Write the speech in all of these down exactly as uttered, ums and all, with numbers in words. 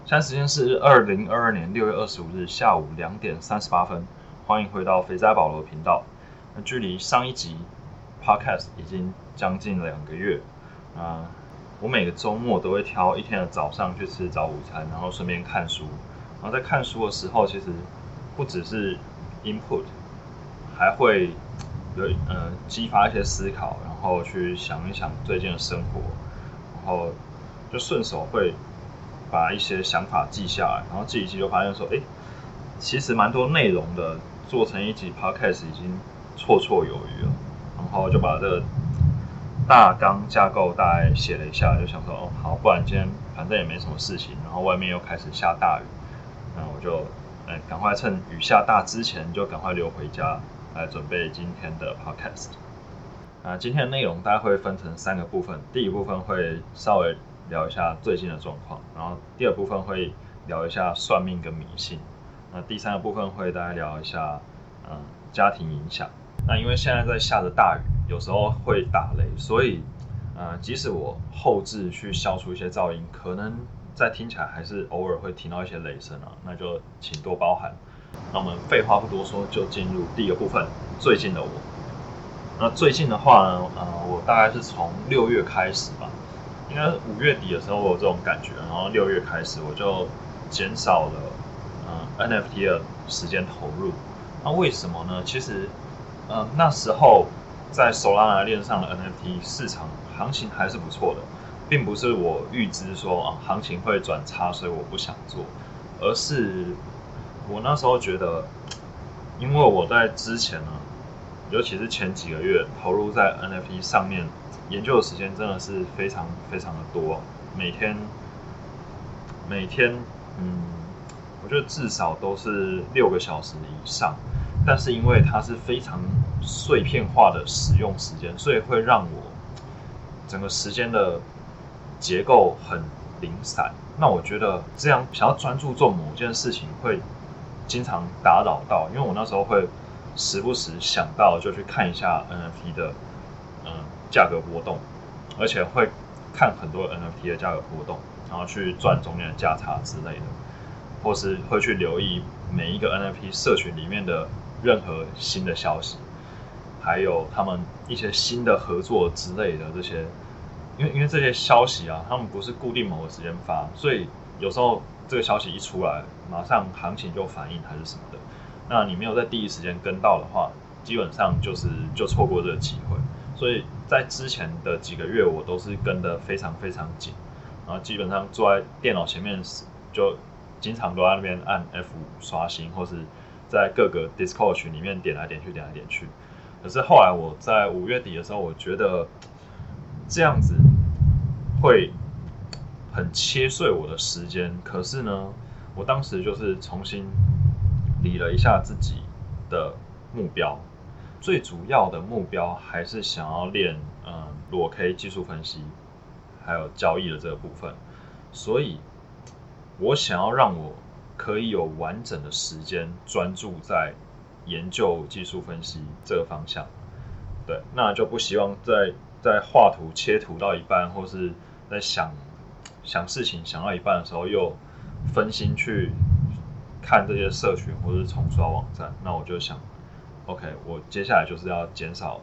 现在时间是二零二二年六月二十五日下午两点三十八分，欢迎回到肥仔保罗频道。那距离上一集 podcast 已经将近两个月。呃、我每个周末都会挑一天的早上去吃早午餐，然后顺便看书。然后在看书的时候，其实不只是 input， 还会有呃激发一些思考，然后去想一想最近的生活，然后就顺手会把一些想法记下来，然后记一记就发现说，哎，其实蛮多内容的，做成一集 podcast 已经绰绰有余了。然后就把这个大纲架构大概写了一下，就想说，哦，好，不然今天反正也没什么事情，然后外面又开始下大雨，那我就哎赶快趁雨下大之前就赶快溜回家来准备今天的 podcast。那今天的内容大概会分成三个部分，第一部分会稍微聊一下最近的状况，然后第二部分会聊一下算命跟迷信，那第三个部分会大概聊一下嗯家庭影响。那因为现在在下着大雨，有时候会打雷，所以呃即使我后置去消除一些噪音，可能在听起来还是偶尔会听到一些雷声啊，那就请多包涵。那我们废话不多说，就进入第一个部分，最近的我。那最近的话呢，呃，我大概是从六月开始吧，应该是五月底的时候我有这种感觉，然后六月开始我就减少了呃 N F T 的时间投入。那为什么呢？其实呃那时候在 Solana 链上的 N F T 市场行情还是不错的，并不是我预知说啊行情会转差，所以我不想做，而是我那时候觉得，因为我在之前呢。尤其是前几个月投入在 N F T 上面研究的时间真的是非常非常的多，每天每天嗯，我觉得至少都是六个小时以上。但是因为它是非常碎片化的使用时间，所以会让我整个时间的结构很零散。那我觉得这样想要专注做某件事情，会经常打扰到，因为我那时候会时不时想到就去看一下 N F T 的嗯价格波动，而且会看很多 N F T 的价格波动，然后去赚中间的价差之类的，或是会去留意每一个 N F T 社群里面的任何新的消息，还有他们一些新的合作之类的这些，因为因为这些消息啊，他们不是固定某个时间发，所以有时候这个消息一出来，马上行情就反应还是什么的。那你没有在第一时间跟到的话，基本上就是就错过这个机会。所以在之前的几个月，我都是跟得非常非常紧，然后基本上坐在电脑前面就经常都在那边按 F 五 刷新，或是在各个 Discord 群里面点来点去，点来点去。可是后来我在五月底的时候，我觉得这样子会很切碎我的时间。可是呢，我当时就是重新理了一下自己的目标，最主要的目标还是想要练嗯裸 K 技术分析，还有交易的这个部分，所以我想要让我可以有完整的时间专注在研究技术分析这个方向。对，那就不希望在在画图切图到一半，或是在想想事情想到一半的时候，又分心去看这些社群或是重刷网站。那我就想 ，OK， 我接下来就是要减少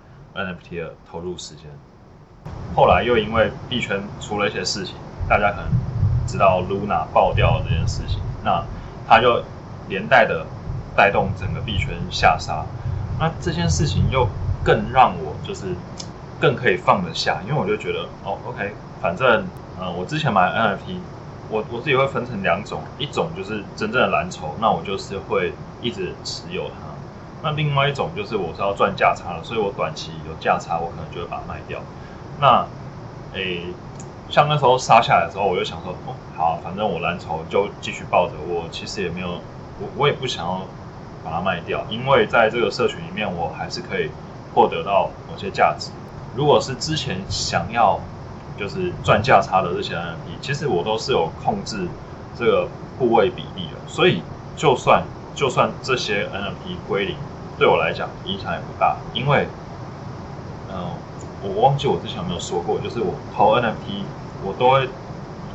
N F T 的投入时间。后来又因为币圈出了一些事情，大家可能知道 Luna 爆掉了这件事情，那它就连带的带动整个币圈下杀。那这件事情又更让我就是更可以放得下，因为我就觉得哦 ，OK， 反正呃我之前买 N F T， 我我自己会分成两种，一种就是真正的蓝筹，那我就是会一直持有它。那另外一种就是我是要赚价差的，所以我短期有价差，我可能就会把它卖掉。那诶，像那时候杀下来的时候，我就想说，哦，好，反正我蓝筹就继续抱着，我其实也没有，我我也不想要把它卖掉，因为在这个社群里面，我还是可以获得到某些价值。如果是之前想要就是赚价差的这些 N F T， 其实我都是有控制这个部位比例的，所以就算就算这些 N F T 归零，对我来讲影响也不大，因为，嗯、呃，我忘记我之前有没有说过，就是我投 N F T， 我都会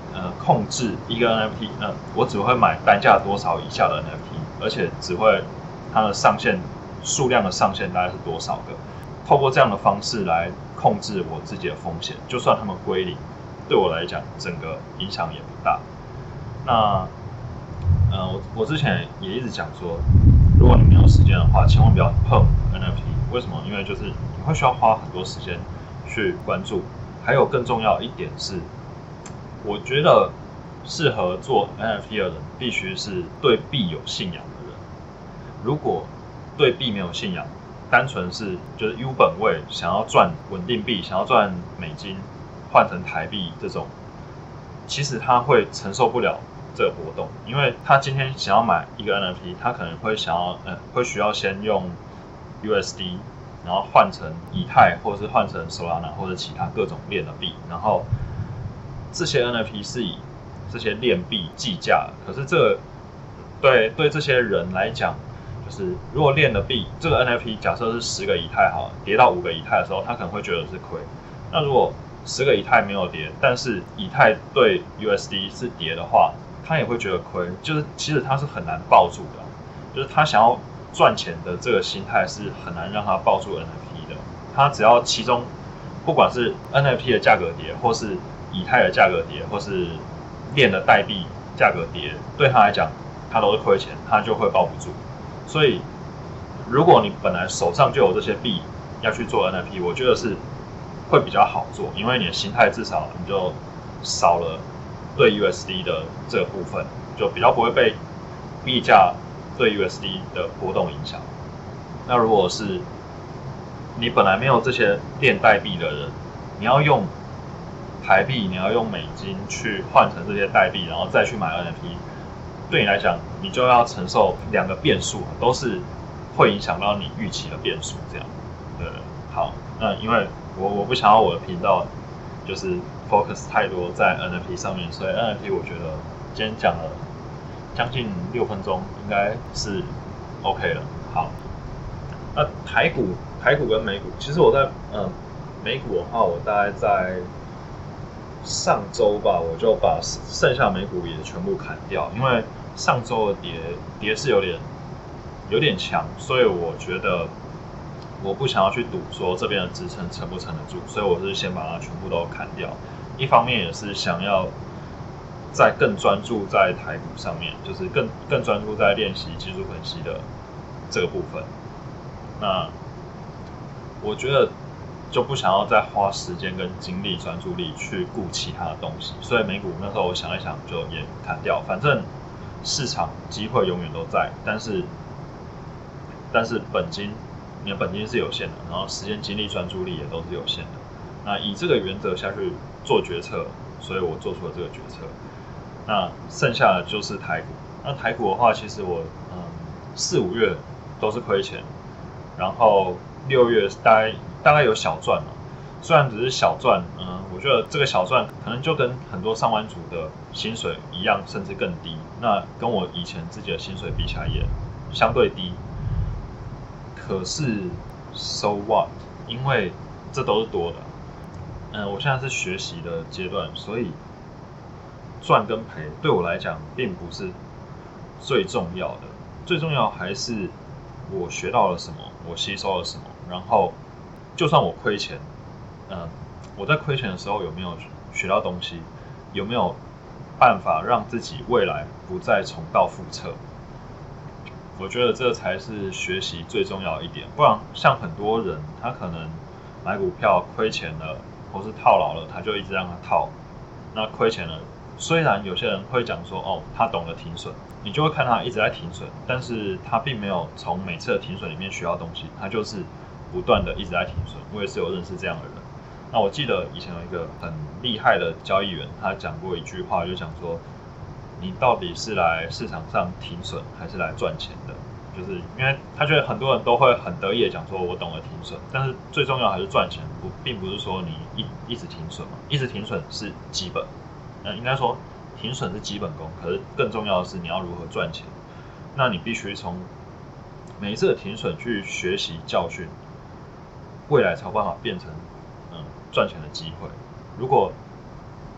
呃控制一个 N F T， 呃，我只会买单价多少以下的 N F T， 而且只会它的上限数量的上限大概是多少个，透过这样的方式来控制我自己的风险，就算它们归零，对我来讲整个影响也不大。那呃，我我之前也一直讲说，如果你没有时间的话，千万不要碰 N F T。为什么？因为就是你会需要花很多时间去关注。还有更重要一点是，我觉得适合做 N F T 的人，必须是对币有信仰的人。如果对币没有信仰，单纯是就是 U 本位，想要赚稳定币，想要赚美金换成台币这种，其实他会承受不了这个波动，因为他今天想要买一个 N F T， 他可能会想要，呃，会需要先用 U S D， 然后换成以太，或者是换成 Solana 或者其他各种链的币，然后这些 N F T 是以这些链币计价，可是这个对对这些人来讲，就是如果链的币这个 N F T 假设是十个以太好了，跌到五个以太的时候，他可能会觉得是亏。那如果十个以太没有跌，但是以太对 U S D 是跌的话，他也会觉得亏。就是其实他是很难抱住的，就是他想要赚钱的这个心态是很难让他抱住 N F T 的。他只要其中不管是 N F T 的价格跌，或是以太的价格跌，或是链的代币价格跌，对他来讲，他都是亏钱，他就会抱不住。所以，如果你本来手上就有这些币要去做 N F T， 我觉得是会比较好做，因为你的心态至少你就少了对 U S D 的这个部分，就比较不会被币价对 U S D 的波动影响。那如果是你本来没有这些链代币的人，你要用台币，你要用美金去换成这些代币，然后再去买 N F T， 对你来讲，你就要承受两个变数，都是会影响到你预期的变数。这样，对，好，那因为我我不想要我的频道就是 focus 太多在 N F T 上面，所以 N F T 我觉得今天讲了将近六分钟，应该是 OK 了。好，那台股、台股跟美股，其实我在嗯美股的话，我大概在上周吧，我就把剩下美股也全部砍掉，因为上周的跌跌是有点有点强，所以我觉得我不想要去赌说这边的支撑撑不撑得住，所以我是先把它全部都砍掉。一方面也是想要再更专注在台股上面，就是更更专注在练习技术分析的这个部分。那我觉得就不想要再花时间跟精力、专注力去顾其他的东西，所以美股那时候我想一想就也砍掉，反正市场机会永远都在，但是但是本金你的本金是有限的，然后时间、精力、专注力也都是有限的。那以这个原则下去做决策，所以我做出了这个决策。那剩下的就是台股。那台股的话，其实我嗯四五月都是亏钱，然后六月大概大概有小赚嘛，虽然只是小赚，嗯，我觉得这个小赚可能就跟很多上班族的薪水一样，甚至更低。那跟我以前自己的薪水比起来也相对低。可是 so what？ 因为这都是多的。嗯，我现在是学习的阶段，所以赚跟赔对我来讲并不是最重要的，最重要还是我学到了什么，我吸收了什么。然后，就算我亏钱，嗯，我在亏钱的时候有没有学到东西，有没有办法让自己未来不再重蹈覆辙？我觉得这才是学习最重要的一点。不然，像很多人他可能买股票亏钱了，或是套牢了，他就一直让他套。那亏钱了，虽然有些人会讲说，哦，他懂得停损，你就会看他一直在停损，但是他并没有从每次的停损里面学到东西，他就是不断的一直在停损。我也是有认识这样的人。那我记得以前有一个很厉害的交易员，他讲过一句话，就讲说，你到底是来市场上停损还是来赚钱的？就是因为他觉得很多人都会很得意的讲说，我懂得停损，但是最重要还是赚钱，不，并不是说你一一直停损嘛，一直停损是基本，呃，应该说停损是基本功，可是更重要的是你要如何赚钱。那你必须从每一次的停损去学习教训，未来才有办法变成嗯赚钱的机会。如果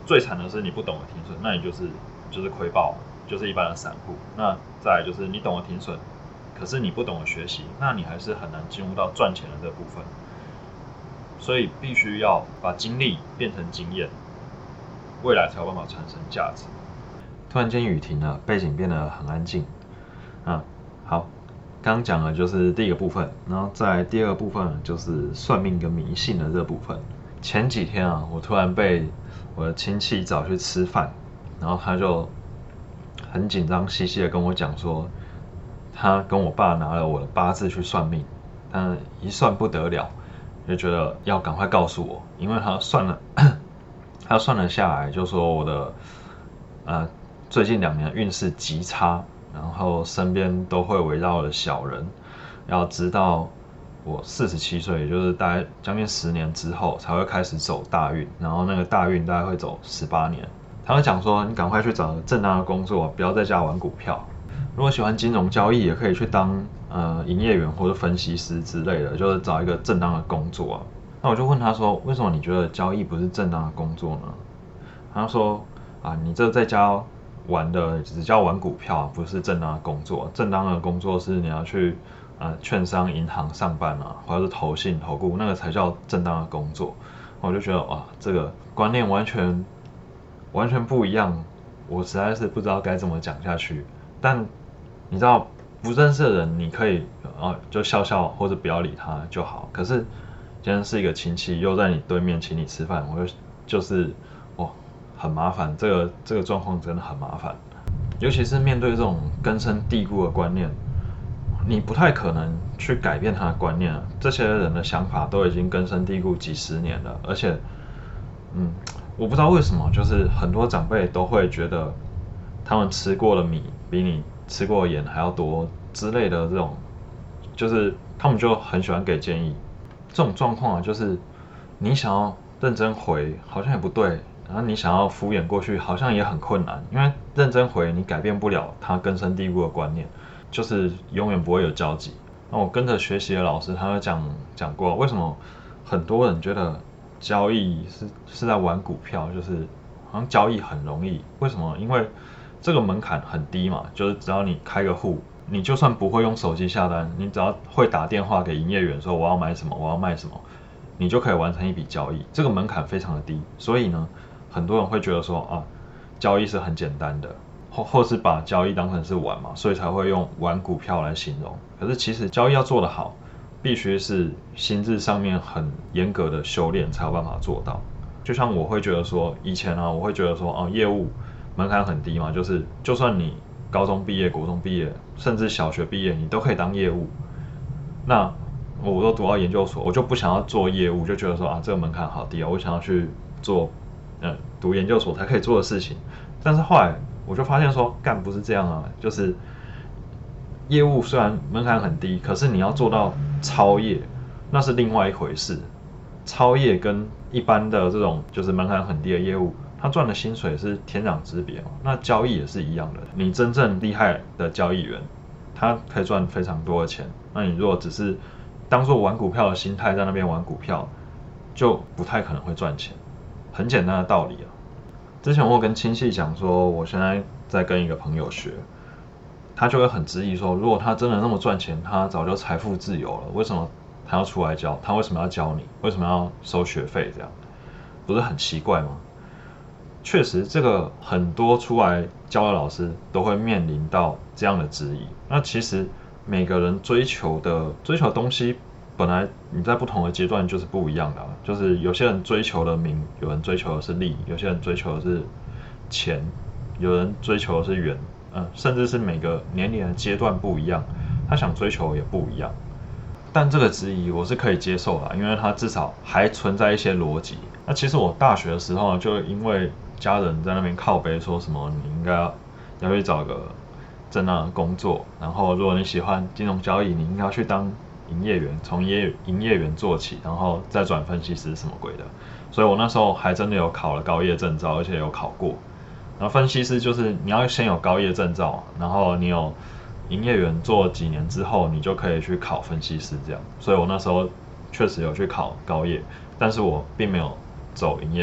最惨的是你不懂得停损，那你就是就是亏爆，就是一般的散户。那再来就是你懂得停损，可是你不懂得学习，那你还是很难进入到赚钱的这部分。所以必须要把经历变成经验，未来才有办法产生价值。突然间雨停了，背景变得很安静。啊，好，刚刚讲的就是第一个部分，然后再来第二个部分就是算命跟迷信的这部分。前几天啊，我突然被我的亲戚找去吃饭，然后他就很紧张兮兮的跟我讲说，他跟我爸拿了我的八字去算命，但一算不得了，就觉得要赶快告诉我，因为他算了，他算了下来，就说我的呃最近两年运势极差，然后身边都会围绕着小人，要直到我四十七岁，也就是大概将近十年之后才会开始走大运，然后那个大运大概会走十八年。他会讲说，你赶快去找个正当的工作，不要在家玩股票。如果喜欢金融交易，也可以去当呃营业员或者分析师之类的，就是找一个正当的工作啊。那我就问他说，为什么你觉得交易不是正当的工作呢？他说啊，你这在家玩的只叫玩股票，不是正当的工作。正当的工作是你要去呃券商、银行上班啊，或者是投信、投顾，那个才叫正当的工作。我就觉得哇，这个观念完全完全不一样，我实在是不知道该怎么讲下去。但你知道，不认识的人，你可以啊就笑笑或者不要理他就好。可是今天是一个亲戚，又在你对面请你吃饭，我就就是哇很麻烦，这个这个状况真的很麻烦。尤其是面对这种根深蒂固的观念，你不太可能去改变他的观念啊。这些人的想法都已经根深蒂固几十年了，而且，嗯，我不知道为什么，就是很多长辈都会觉得他们吃过的米比你吃过的盐还要多之类的这种，就是他们就很喜欢给建议。这种状况啊，就是你想要认真回，好像也不对。然后你想要敷衍过去，好像也很困难，因为认真回你改变不了他根深蒂固的观念，就是永远不会有交集。那我跟着学习的老师，他有讲讲过，为什么很多人觉得交易是是在玩股票，就是好像交易很容易。为什么？因为这个门槛很低嘛，就是只要你开个户，你就算不会用手机下单，你只要会打电话给营业员说我要买什么，我要卖什么，你就可以完成一笔交易。这个门槛非常的低，所以呢，很多人会觉得说啊，交易是很简单的，或或是把交易当成是玩嘛，所以才会用玩股票来形容。可是其实交易要做得好，必须是心智上面很严格的修炼才有办法做到。就像我会觉得说，以前啊，我会觉得说，哦，业务门槛很低嘛，就是就算你高中毕业、国中毕业，甚至小学毕业，你都可以当业务。那我都读到研究所，我就不想要做业务，就觉得说啊，这个门槛好低啊，我想要去做，呃，读研究所才可以做的事情。但是后来我就发现说，干不是这样啊，就是业务虽然门槛很低，可是你要做到超业，那是另外一回事。超业跟一般的这种就是门槛很低的业务，他赚的薪水是天壤之别。那交易也是一样的，你真正厉害的交易员，他可以赚非常多的钱。那你如果只是当做玩股票的心态在那边玩股票，就不太可能会赚钱。很简单的道理啊。之前我跟亲戚讲说，我现在在跟一个朋友学，他就会很质疑说，如果他真的那么赚钱，他早就财富自由了，为什么他要出来教？他为什么要教你？为什么要收学费？这样不是很奇怪吗？确实，这个很多出来教的老师都会面临到这样的质疑。那其实每个人追求的追求的东西，本来你在不同的阶段就是不一样的、啊。就是有些人追求的名，有人追求的是利，有些人追求的是钱，有人追求的是缘，嗯，甚至是每个年龄的阶段不一样，他想追求也不一样。但这个质疑我是可以接受的，因为它至少还存在一些逻辑。那其实我大学的时候就因为家人在那边靠北说什么你应该要要去找个正当的工作，然后如果你喜欢金融交易，你应该要去当营业员，从业营业员做起，然后再转分析师什么鬼的。所以我那时候还真的有考了高业证照，而且有考过。然后分析师就是你要先有高业证照，然后你有营业员做几年之后，你就可以去考分析师这样。所以我那时候确实有去考高业，但是我并没有走营业员。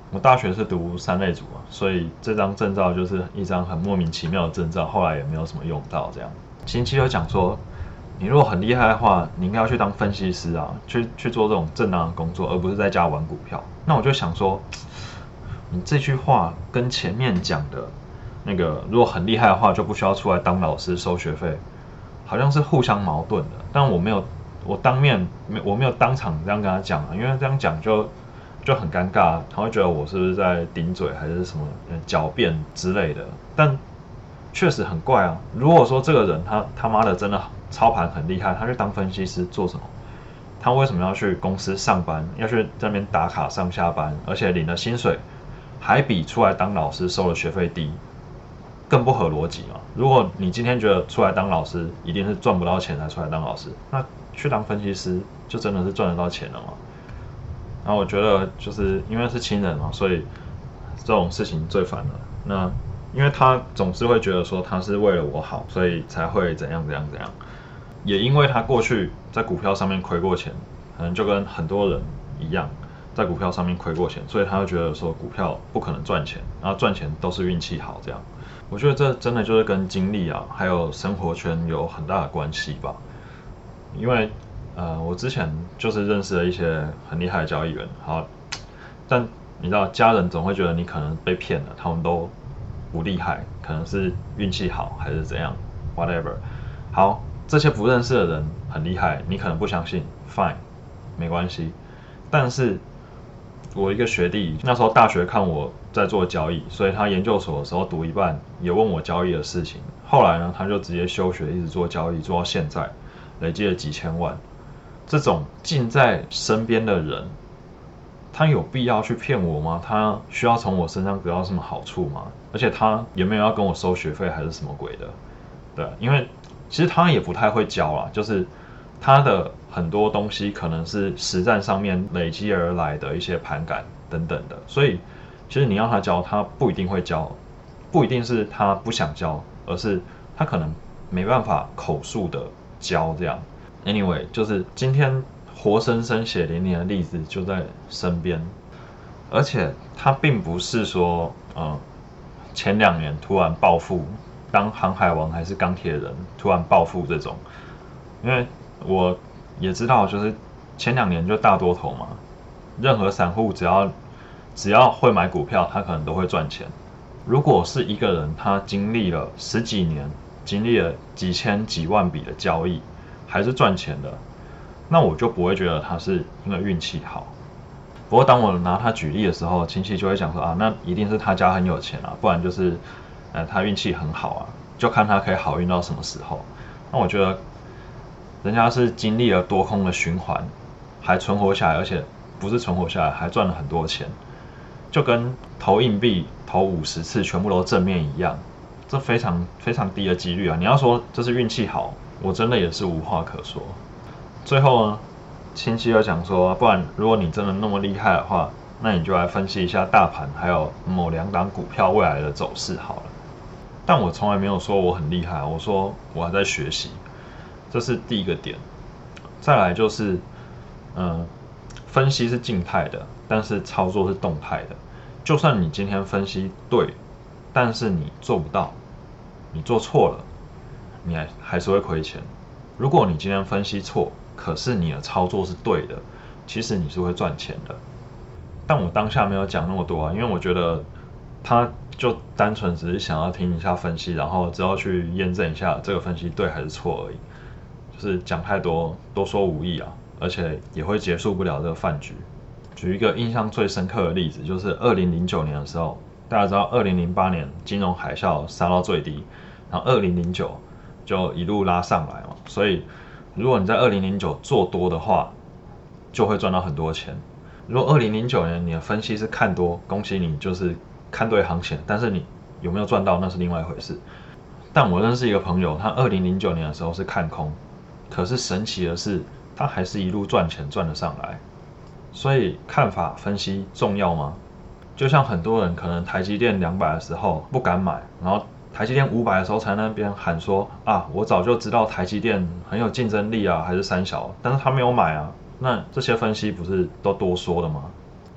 我大学是读三类组啊，所以这张证照就是一张很莫名其妙的证照，后来也没有什么用到这样。星期有讲说，你如果很厉害的话，你应该要去当分析师啊，去去做这种正当的工作，而不是在家玩股票。那我就想说，你这句话跟前面讲的那个，如果很厉害的话，就不需要出来当老师收学费，好像是互相矛盾的。但我没有，我当面没我没有当场这样跟他讲啊，因为这样讲就就很尴尬，他会觉得我是不是在顶嘴还是什么狡辩之类的。但确实很怪啊！如果说这个人他他妈的真的操盘很厉害，他去当分析师做什么？他为什么要去公司上班，要去这边打卡上下班，而且领的薪水还比出来当老师收的学费低，更不合逻辑嘛？如果你今天觉得出来当老师一定是赚不到钱才出来当老师，那去当分析师就真的是赚得到钱了吗？然后我觉得就是因为是亲人嘛，所以这种事情最烦了。那因为他总是会觉得说他是为了我好，所以才会怎样怎样怎样。也因为他过去在股票上面亏过钱，可能就跟很多人一样，在股票上面亏过钱，所以他会觉得说股票不可能赚钱，然后赚钱都是运气好这样。我觉得这真的就是跟经历啊，还有生活圈有很大的关系吧。因为呃，我之前就是认识了一些很厉害的交易员，好，但你知道家人总会觉得你可能被骗了，他们都不厉害，可能是运气好还是怎样 ，whatever。好，这些不认识的人很厉害，你可能不相信 ，fine， 没关系。但是我一个学弟那时候大学看我在做交易，所以他研究所的时候读一半也问我交易的事情。后来呢，他就直接休学，一直做交易，做到现在，累积了几千万。这种近在身边的人，他有必要去骗我吗？他需要从我身上得到什么好处吗？而且他有没有要跟我收学费还是什么鬼的？对，因为其实他也不太会教啦，就是他的很多东西可能是实战上面累积而来的一些盘感等等的，所以其实你让他教，他不一定会教，不一定是他不想教，而是他可能没办法口述的教这样。Anyway， 就是今天活生生血淋淋的例子就在身边，而且他并不是说，呃，前两年突然暴富，当航海王还是钢铁人突然暴富这种，因为我也知道，就是前两年就大多头嘛，任何散户只要只要会买股票，他可能都会赚钱。如果是一个人，他经历了十几年，经历了几千几万笔的交易，还是赚钱的，那我就不会觉得他是因为运气好。不过当我拿他举例的时候，亲戚就会讲说啊，那一定是他家很有钱啊，不然就是，呃，他运气很好啊，就看他可以好运到什么时候。那我觉得，人家是经历了多空的循环，还存活下来，而且不是存活下来，还赚了很多钱，就跟投硬币投五十次全部都正面一样，这非常非常低的几率啊！你要说这是运气好，我真的也是无话可说。最后呢，亲戚又讲说，不然如果你真的那么厉害的话，那你就来分析一下大盘还有某两档股票未来的走势好了。但我从来没有说我很厉害，我说我还在学习，这是第一个点。再来就是，嗯，分析是静态的，但是操作是动态的。就算你今天分析对，但是你做不到，你做错了，你还还是会亏钱。如果你今天分析错，可是你的操作是对的，其实你是会赚钱的。但我当下没有讲那么多啊，因为我觉得他就单纯只是想要听一下分析，然后之后去验证一下这个分析对还是错而已。就是讲太多，多说无益啊，而且也会结束不了这个饭局。举一个印象最深刻的例子，就是二零零九年的时候，大家知道二零零八年金融海啸杀到最低，然后二零零九就一路拉上来嘛，所以如果你在二零零九做多的话，就会赚到很多钱。如果二零零九年你的分析是看多，恭喜你就是看对行情，但是你有没有赚到那是另外一回事。但我认识一个朋友，他二零零九年的时候是看空，可是神奇的是，他还是一路赚钱赚得上来。所以看法分析重要吗？就像很多人可能台积电两百的时候不敢买，然后台积电五百的时候才那边喊说啊，我早就知道台积电很有竞争力啊，还是三小，但是他没有买啊。那这些分析不是都多说了吗？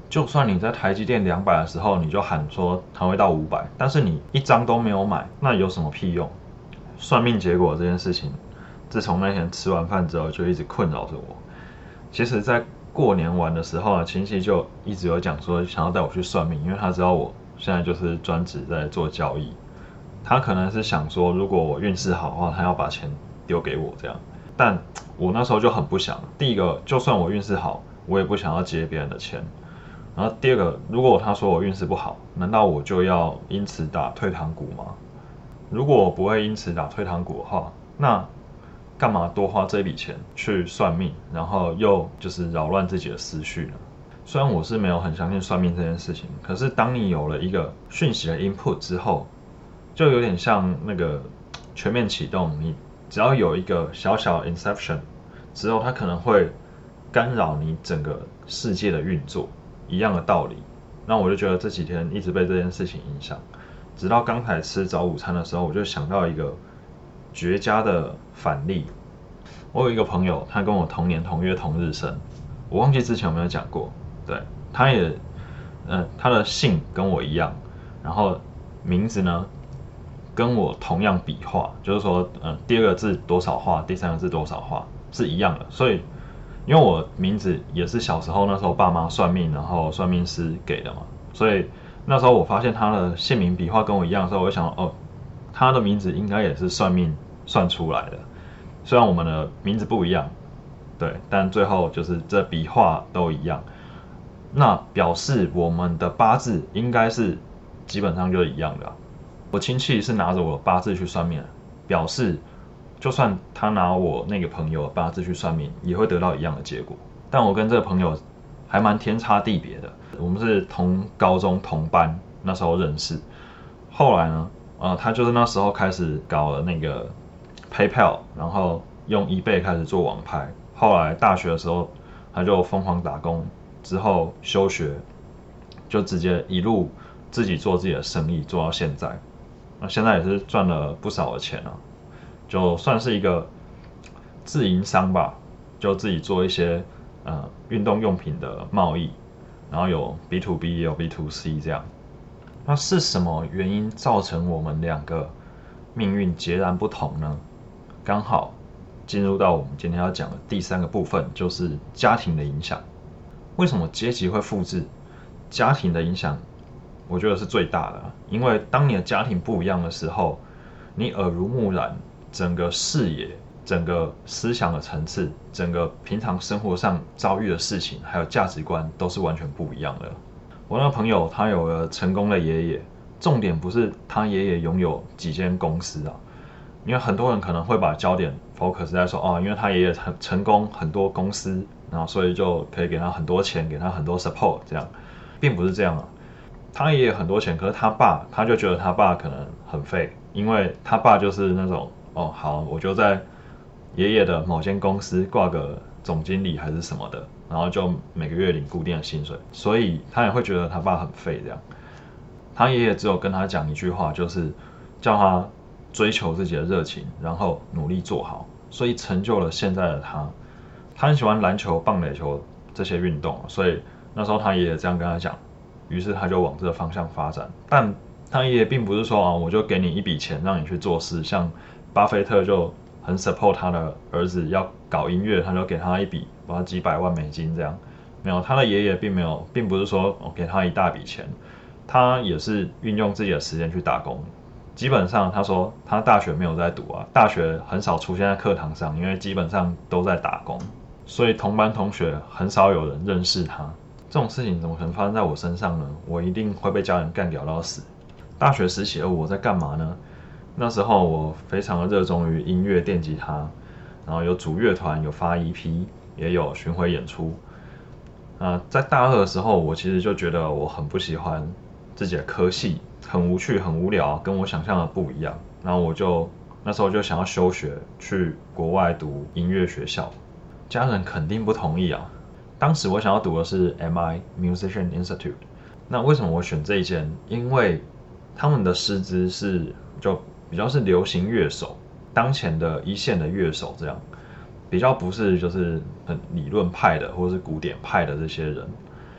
就算你在台积电两百的时候，你就喊说它会到五百，但是你一张都没有买，那有什么屁用？算命结果这件事情，自从那天吃完饭之后，就一直困扰着我。其实，在过年玩的时候呢，亲戚就一直有讲说想要带我去算命，因为他知道我现在就是专职在做交易。他可能是想说，如果我运势好的话，他要把钱丢给我这样。但我那时候就很不想。第一个，就算我运势好，我也不想要接别人的钱。然后第二个，如果他说我运势不好，难道我就要因此打退堂鼓吗？如果我不会因此打退堂鼓的话，那干嘛多花这笔钱去算命，然后又就是扰乱自己的思绪呢？虽然我是没有很相信算命这件事情，可是当你有了一个讯息的 input 之后，就有点像那个全面启动，你只要有一个小小的 inception 之后，它可能会干扰你整个世界的运作，一样的道理。那我就觉得这几天一直被这件事情影响，直到刚才吃早午餐的时候，我就想到一个绝佳的反例。我有一个朋友，他跟我同年同月同日生，我忘记之前有没有讲过。对，他也，呃，他的姓跟我一样，然后名字呢跟我同样笔画，就是说，嗯、呃，第二个字多少画，第三个字多少画是一样的。所以，因为我名字也是小时候那时候爸妈算命，然后算命师给的嘛，所以那时候我发现他的姓名笔画跟我一样的时候，我就想，哦，他的名字应该也是算命算出来的。虽然我们的名字不一样，对，但最后就是这笔画都一样，那表示我们的八字应该是基本上就一样的啊。我亲戚是拿着我的八字去算命，表示就算他拿我那个朋友的八字去算命，也会得到一样的结果。但我跟这个朋友还蛮天差地别的，我们是同高中同班，那时候认识。后来呢，呃，他就是那时候开始搞了那个 PayPal， 然后用 eBay 开始做网拍。后来大学的时候，他就疯狂打工，之后休学，就直接一路自己做自己的生意，做到现在。那现在也是赚了不少的钱啊，就算是一个自营商吧，就自己做一些呃运动用品的贸易，然后有 B to B 也有 B to C 这样。那是什么原因造成我们两个命运截然不同呢？刚好进入到我们今天要讲的第三个部分，就是家庭的影响。为什么阶级会复制？家庭的影响我觉得是最大的，因为当你的家庭不一样的时候，你耳濡目染，整个视野、整个思想的层次、整个平常生活上遭遇的事情，还有价值观都是完全不一样的。我那个朋友他有个成功的爷爷，重点不是他爷爷拥有几间公司啊，因为很多人可能会把焦点 focus 在说，哦，因为他爷爷很成功，很多公司，然后所以就可以给他很多钱，给他很多 support， 这样，并不是这样啊。他爷爷很多钱，可是他爸他就觉得他爸可能很废，因为他爸就是那种，哦，好，我就在爷爷的某间公司挂个总经理还是什么的，然后就每个月领固定的薪水，所以他也会觉得他爸很废这样。他爷爷只有跟他讲一句话，就是叫他追求自己的热情，然后努力做好，所以成就了现在的他。他很喜欢篮球、棒垒球这些运动，所以那时候他爷爷这样跟他讲，于是他就往这个方向发展。但他爷爷并不是说啊，我就给你一笔钱让你去做事，像巴菲特就很 support 他的儿子要搞音乐，他就给他一笔，不知道几百万美金这样。没有，他的爷爷并没有，并不是说我给他一大笔钱，他也是运用自己的时间去打工。基本上他说他大学没有在读啊，大学很少出现在课堂上，因为基本上都在打工，所以同班同学很少有人认识他。这种事情怎么可能发生在我身上呢？我一定会被家人干掉到死。大学时期的我在干嘛呢？那时候我非常的热衷于音乐、电吉他，然后有组乐团，有发 E P， 也有巡回演出。呃，在大二的时候，我其实就觉得我很不喜欢自己的科系，很无趣、很无聊，跟我想象的不一样。然后我就那时候就想要休学，去国外读音乐学校。家人肯定不同意啊。当时我想要读的是 M I Musician Institute。那为什么我选这一间？因为他们的师资是就比较是流行乐手，当前的一线的乐手这样，比较不是就是很理论派的或是古典派的这些人。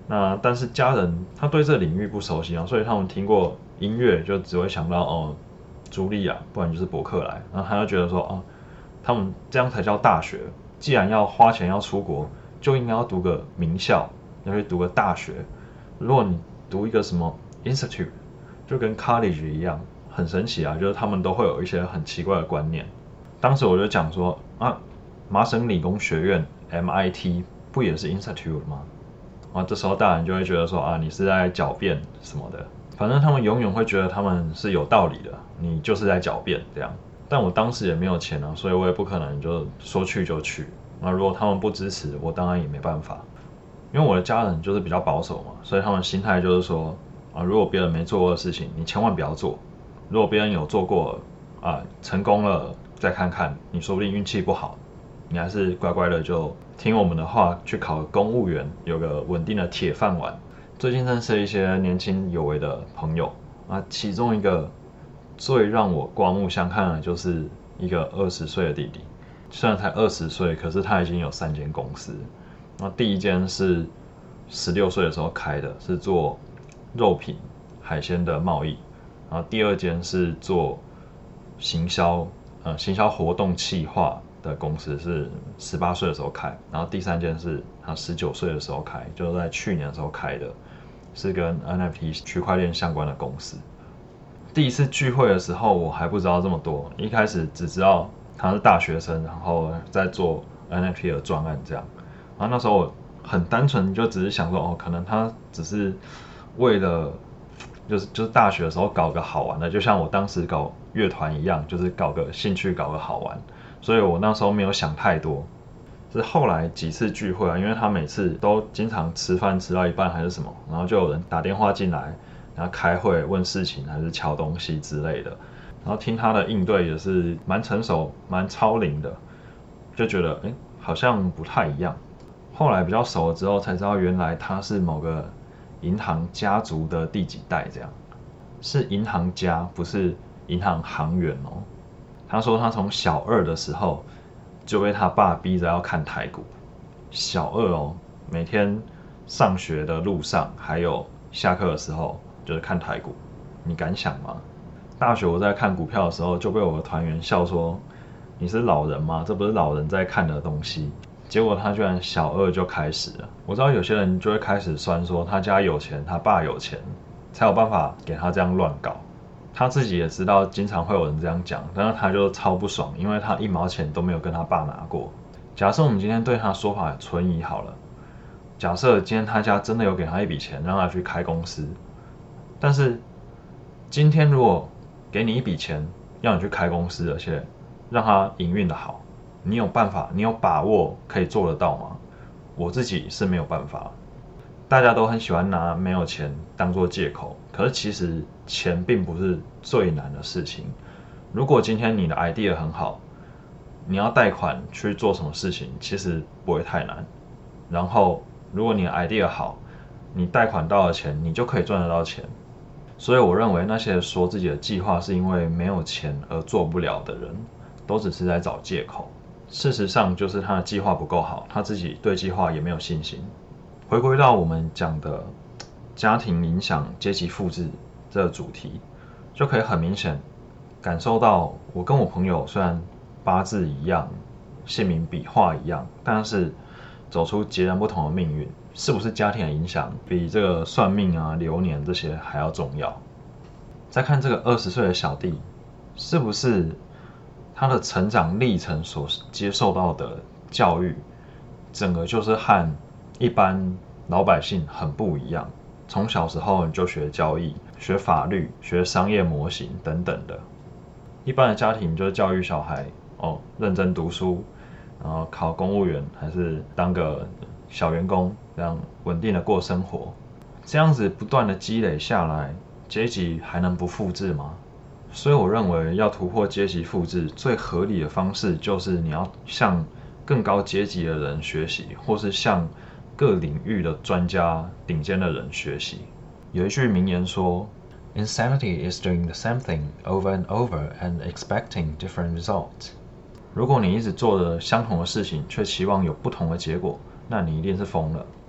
那但是家人他对这领域不熟悉啊，所以他们听过音乐就只会想到哦，茱莉亚，不然就是伯克莱，然后他就觉得说哦，他们这样才叫大学。既然要花钱要出国，就应该要读个名校，要去读个大学。如果你读一个什么 institute， 就跟 college 一样，很神奇啊，就是他们都会有一些很奇怪的观念。当时我就讲说啊，麻省理工学院 M I T 不也是 institute 吗？啊，这时候大人就会觉得说啊，你是在狡辩什么的。反正他们永远会觉得他们是有道理的，你就是在狡辩这样。但我当时也没有钱啊，所以我也不可能就说去就去。那如果他们不支持，我当然也没办法。因为我的家人就是比较保守嘛，所以他们心态就是说啊，如果别人没做过的事情，你千万不要做。如果别人有做过啊，成功了再看看，你说不定运气不好，你还是乖乖的就听我们的话去考公务员，有个稳定的铁饭碗。最近认识一些年轻有为的朋友啊，其中一个最让我刮目相看的就是一个二十岁的弟弟，虽然才二十岁，可是他已经有三间公司。那第一间是十六岁的时候开的，是做肉品、海鲜的贸易。然后第二间是做行销，呃，行销活动企划的公司，是十八岁的时候开。然后第三间是他十九岁的时候开，就是在去年的时候开的，是跟 N F T 区块链相关的公司。第一次聚会的时候，我还不知道这么多，一开始只知道他是大学生，然后在做 N F T 的专案这样。然后那时候我很单纯，就只是想说，哦，可能他只是为了，就是就是大学的时候搞个好玩的，就像我当时搞乐团一样，就是搞个兴趣，搞个好玩。所以我那时候没有想太多。是后来几次聚会啊，因为他每次都经常吃饭吃到一半还是什么，然后就有人打电话进来，然后开会问事情还是敲东西之类的，然后听他的应对也是蛮成熟、蛮超龄的，就觉得哎，好像不太一样。后来比较熟了之后才知道，原来他是某个银行家族的第几代，这样是银行家，不是银行行员哦。他说他从小二的时候就被他爸逼着要看台股，小二哦，每天上学的路上还有下课的时候就是看台股，你敢想吗？大学我在看股票的时候就被我的团员笑说，你是老人吗？这不是老人在看的东西。结果他居然小二就开始了。我知道有些人就会开始酸说他家有钱，他爸有钱，才有办法给他这样乱搞。他自己也知道经常会有人这样讲，但是他就超不爽，因为他一毛钱都没有跟他爸拿过。假设我们今天对他说法存疑好了，假设今天他家真的有给他一笔钱让他去开公司，但是今天如果给你一笔钱让你去开公司，而且让他营运的好，你有办法，你有把握可以做得到吗？我自己是没有办法。大家都很喜欢拿没有钱当做借口，可是其实钱并不是最难的事情。如果今天你的 idea 很好，你要贷款去做什么事情，其实不会太难。然后，如果你的 idea 好，你贷款到了钱，你就可以赚得到钱。所以我认为那些说自己的计划是因为没有钱而做不了的人，都只是在找借口。事实上就是他的计划不够好，他自己对计划也没有信心。回归到我们讲的家庭影响阶级复制这个主题，就可以很明显感受到，我跟我朋友虽然八字一样，姓名笔画一样，但是走出截然不同的命运，是不是家庭的影响比这个算命啊、流年这些还要重要？再看这个二十岁的小弟，是不是他的成长历程所接受到的教育，整个就是和一般老百姓很不一样。从小时候你就学交易、学法律、学商业模型等等的。一般的家庭就是教育小孩哦，认真读书，然后考公务员，还是当个小员工，这样稳定的过生活。这样子不断的积累下来，阶级还能不复制吗？所以我认为要突破阶级复制，最合理的方式就是你要向更高阶级的人学习，或是向各领域的专家、顶尖的人学习。有一句名言说 ，Insanity is doing the same thing over and over and expecting different results。如果你一直做着相同的事情，却期望有不同的结果，那你一定是疯了。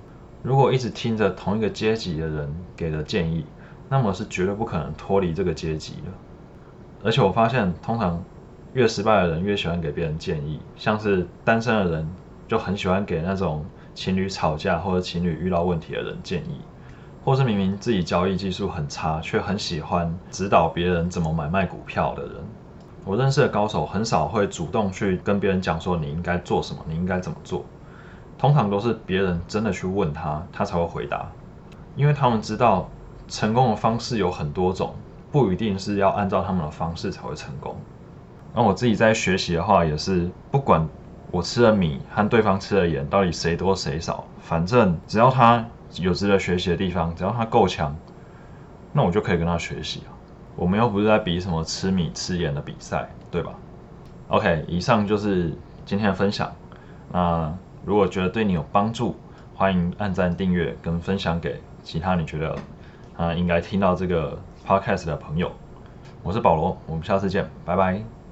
如果一直听着同一个阶级的人给的建议，那么是绝对不可能脱离这个阶级的。而且我发现，通常越失败的人越喜欢给别人建议，像是单身的人就很喜欢给那种情侣吵架或者情侣遇到问题的人建议，或是明明自己交易技术很差，却很喜欢指导别人怎么买卖股票的人。我认识的高手很少会主动去跟别人讲说你应该做什么，你应该怎么做，通常都是别人真的去问他，他才会回答，因为他们知道成功的方式有很多种，不一定是要按照他们的方式才会成功。那我自己在学习的话，也是不管我吃的米和对方吃的盐到底谁多谁少，反正只要他有值得学习的地方，只要他够强，那我就可以跟他学习啊。我们又不是在比什么吃米吃盐的比赛，对吧 ？OK， 以上就是今天的分享。那如果觉得对你有帮助，欢迎按赞、订阅跟分享给其他你觉得啊应该听到这个 podcast 的朋友。我是保罗，我们下次见，拜拜。